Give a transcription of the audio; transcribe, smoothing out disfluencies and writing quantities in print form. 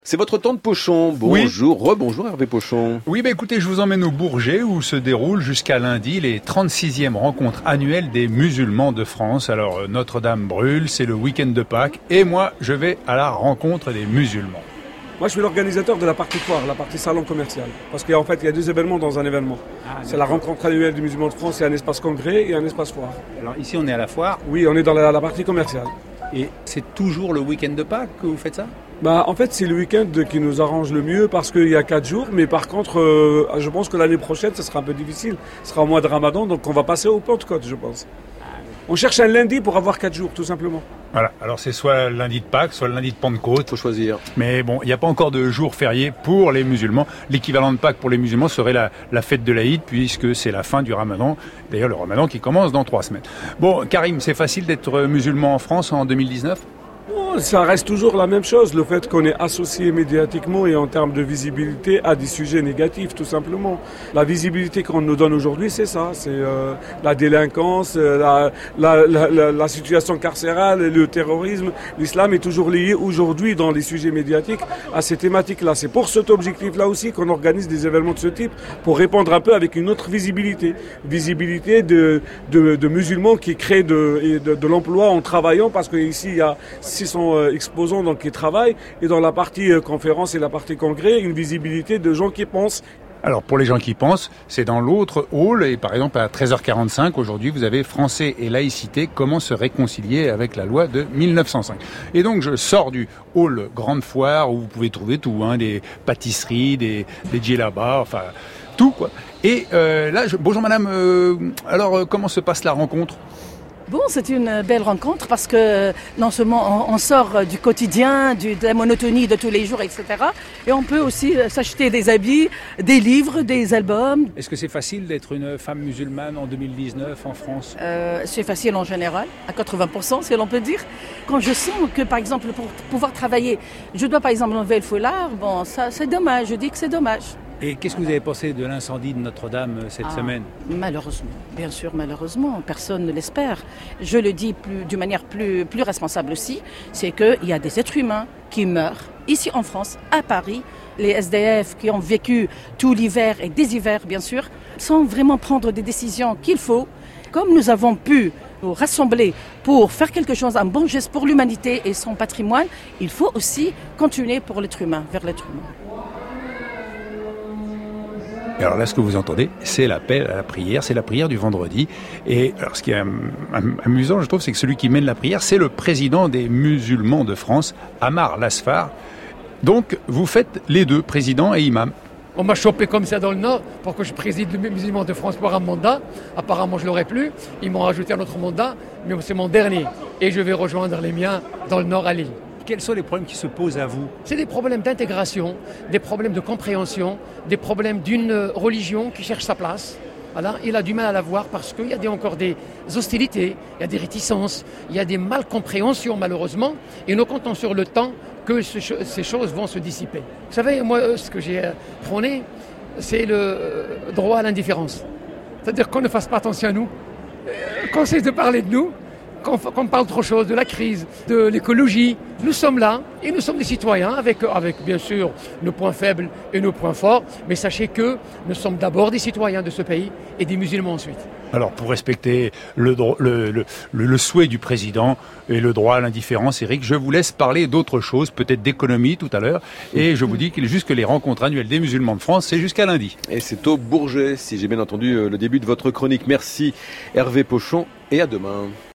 C'est votre temps de Pochon. Bonjour, rebonjour Hervé Pochon. Oui, écoutez, je vous emmène au Bourget où se déroulent jusqu'à lundi les 36e rencontres annuelles des musulmans de France. Alors Notre-Dame brûle, c'est le week-end de Pâques et moi je vais à la rencontre des musulmans. Moi je suis l'organisateur de la partie foire, la partie salon commercial. Parce qu'en fait il y a deux événements dans un événement. C'est la rencontre annuelle des musulmans de France, il y a un espace congrès et un espace foire. Alors ici on est à la foire. Oui, on est dans la partie commerciale. Et c'est toujours le week-end de Pâques que vous faites ça ? En fait, c'est le week-end qui nous arrange le mieux parce qu'il y a 4 jours. Mais par contre, je pense que l'année prochaine, ce sera un peu difficile. Ce sera au mois de Ramadan, donc on va passer au Pentecôte, je pense. On cherche un lundi pour avoir 4 jours, tout simplement. Voilà, alors c'est soit le lundi de Pâques, soit le lundi de Pentecôte. Faut choisir. Mais bon, il n'y a pas encore de jour férié pour les musulmans. L'équivalent de Pâques pour les musulmans serait la fête de l'Aïd, puisque c'est la fin du Ramadan. D'ailleurs, le Ramadan qui commence dans 3 semaines. Bon, Karim, c'est facile d'être musulman en France en 2019 ? Ça reste toujours la même chose, le fait qu'on est associé médiatiquement et en termes de visibilité à des sujets négatifs, tout simplement. La visibilité qu'on nous donne aujourd'hui, c'est ça, c'est la délinquance, la situation carcérale, le terrorisme. L'islam est toujours lié aujourd'hui dans les sujets médiatiques à ces thématiques-là. C'est pour cet objectif-là aussi qu'on organise des événements de ce type, pour répondre un peu avec une autre visibilité. Visibilité de musulmans qui créent de l'emploi en travaillant, parce qu'ici, il y a 600 exposants donc, qui travaillent, et dans la partie conférence et la partie congrès, une visibilité de gens qui pensent. Alors pour les gens qui pensent, c'est dans l'autre hall, et par exemple à 13h45 aujourd'hui vous avez Français et laïcité, comment se réconcilier avec la loi de 1905. Et donc je sors du hall Grande Foire où vous pouvez trouver tout, des pâtisseries, des djellabas, enfin tout quoi. Et là, bonjour madame, alors comment se passe la rencontre ? Bon, c'est une belle rencontre parce que non seulement on sort du quotidien, de la monotonie de tous les jours, etc. Et on peut aussi s'acheter des habits, des livres, des albums. Est-ce que c'est facile d'être une femme musulmane en 2019 en France ? C'est facile en général, à 80% si l'on peut dire. Quand je sens que par exemple pour pouvoir travailler, je dois par exemple enlever le foulard, bon ça c'est dommage, je dis que c'est dommage. Et qu'est-ce que vous avez pensé de l'incendie de Notre-Dame cette semaine ? Malheureusement, bien sûr, malheureusement, personne ne l'espère. Je le dis d'une manière plus responsable aussi, c'est qu'il y a des êtres humains qui meurent ici en France, à Paris. Les SDF qui ont vécu tout l'hiver et des hivers, bien sûr, sans vraiment prendre des décisions qu'il faut. Comme nous avons pu nous rassembler pour faire quelque chose, un bon geste pour l'humanité et son patrimoine, il faut aussi continuer pour l'être humain, vers l'être humain. Et alors là, ce que vous entendez, c'est l'appel à la prière, c'est la prière du vendredi. Et alors, ce qui est amusant, je trouve, c'est que celui qui mène la prière, c'est le président des musulmans de France, Amar Lasfar. Donc, vous faites les deux, président et imam. On m'a chopé comme ça dans le Nord pour que je préside le musulman de France pour un mandat. Apparemment, je ne l'aurais plus. Ils m'ont rajouté un autre mandat, mais c'est mon dernier. Et je vais rejoindre les miens dans le Nord à Lille. Quels sont les problèmes qui se posent à vous ? C'est des problèmes d'intégration, des problèmes de compréhension, des problèmes d'une religion qui cherche sa place. Voilà, il a du mal à la voir parce qu'il y a encore des hostilités, il y a des réticences, il y a des malcompréhensions malheureusement. Et nous comptons sur le temps que ces choses vont se dissiper. Vous savez, moi, ce que j'ai prôné, c'est le droit à l'indifférence. C'est-à-dire qu'on ne fasse pas attention à nous, qu'on cesse de parler de nous, qu'on parle trop chose, de la crise, de l'écologie. Nous sommes là et nous sommes des citoyens avec bien sûr nos points faibles et nos points forts. Mais sachez que nous sommes d'abord des citoyens de ce pays et des musulmans ensuite. Alors pour respecter le souhait du président et le droit à l'indifférence, Eric, je vous laisse parler d'autre chose, peut-être d'économie tout à l'heure. Et je vous dis que les rencontres annuelles des musulmans de France, c'est jusqu'à lundi. Et c'est au Bourget, si j'ai bien entendu le début de votre chronique. Merci Hervé Pochon et à demain.